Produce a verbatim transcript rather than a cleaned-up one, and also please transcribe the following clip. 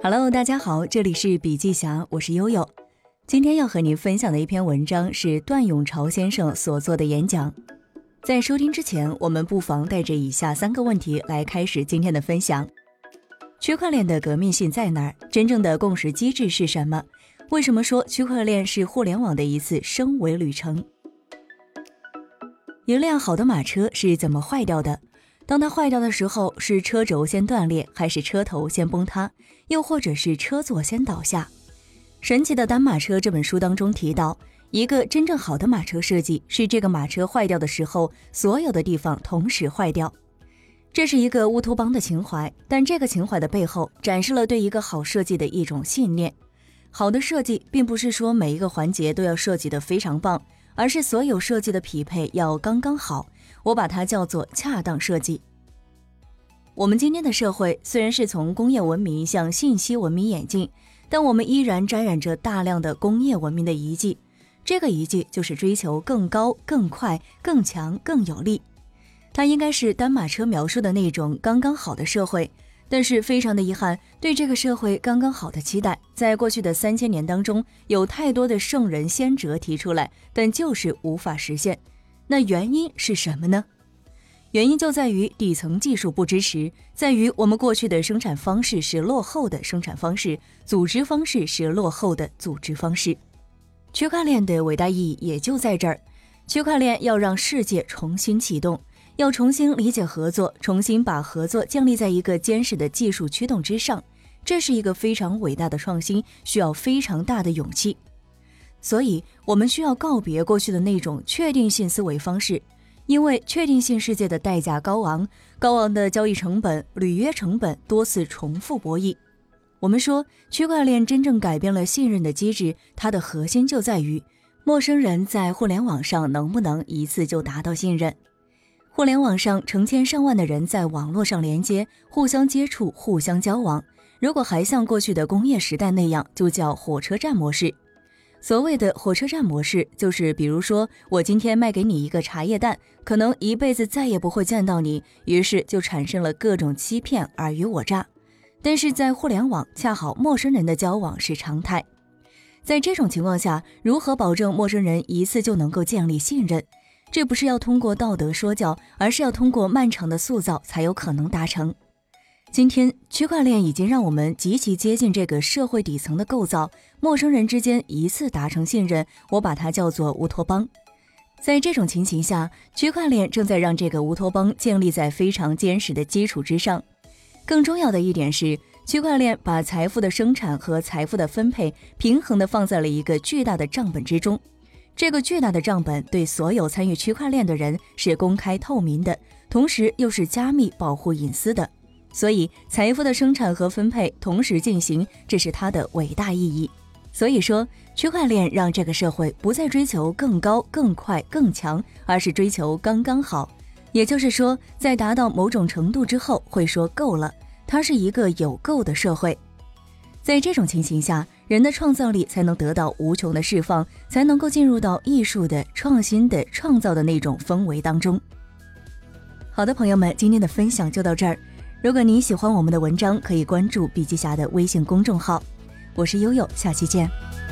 Hello， 大家好，这里是笔记侠，我是悠悠。今天要和您分享的一篇文章是段永潮先生所做的演讲。在收听之前，我们不妨带着以下三个问题来开始今天的分享。区块链的革命性在哪儿？真正的共识机制是什么？为什么说区块链是互联网的一次升维旅程？一辆好的马车是怎么坏掉的？当它坏掉的时候，是车轴先断裂，还是车头先崩塌，又或者是车座先倒下？神奇的单马车这本书当中提到，一个真正好的马车设计是这个马车坏掉的时候，所有的地方同时坏掉。这是一个乌托邦的情怀，但这个情怀的背后展示了对一个好设计的一种信念。好的设计并不是说每一个环节都要设计得非常棒，而是所有设计的匹配要刚刚好，我把它叫做恰当设计。我们今天的社会虽然是从工业文明向信息文明演进，但我们依然沾染着大量的工业文明的遗迹，这个遗迹就是追求更高、更快、更强、更有力。它应该是单马车描述的那种刚刚好的社会，但是非常的遗憾，对这个社会刚刚好的期待，在过去的三千年当中，有太多的圣人先哲提出来，但就是无法实现。那原因是什么呢？原因就在于底层技术不支持，在于我们过去的生产方式是落后的生产方式，组织方式是落后的组织方式。区块链的伟大意义也就在这儿，区块链要让世界重新启动，要重新理解合作，重新把合作建立在一个坚实的技术驱动之上，这是一个非常伟大的创新，需要非常大的勇气。所以我们需要告别过去的那种确定性思维方式，因为确定性世界的代价高昂，高昂的交易成本、履约成本、多次重复博弈。我们说区块链真正改变了信任的机制，它的核心就在于陌生人在互联网上能不能一次就达到信任。互联网上成千上万的人在网络上连接，互相接触，互相交往，如果还像过去的工业时代那样，就叫火车站模式。所谓的火车站模式，就是比如说我今天卖给你一个茶叶蛋，可能一辈子再也不会见到你，于是就产生了各种欺骗、尔虞我诈。但是在互联网，恰好陌生人的交往是常态。在这种情况下，如何保证陌生人一次就能够建立信任？这不是要通过道德说教，而是要通过漫长的塑造才有可能达成。今天区块链已经让我们极其接近这个社会底层的构造，陌生人之间一次达成信任，我把它叫做乌托邦。在这种情形下，区块链正在让这个乌托邦建立在非常坚实的基础之上。更重要的一点是，区块链把财富的生产和财富的分配平衡地放在了一个巨大的账本之中。这个巨大的账本对所有参与区块链的人是公开透明的，同时又是加密保护隐私的。所以财富的生产和分配同时进行，这是它的伟大意义。所以说，区块链让这个社会不再追求更高、更快、更强，而是追求刚刚好。也就是说，在达到某种程度之后，会说够了，它是一个有够的社会。在这种情形下，人的创造力才能得到无穷的释放，才能够进入到艺术的、创新的、创造的那种氛围当中。好的，朋友们，今天的分享就到这儿。如果您喜欢我们的文章，可以关注笔记侠的微信公众号。我是悠悠，下期见。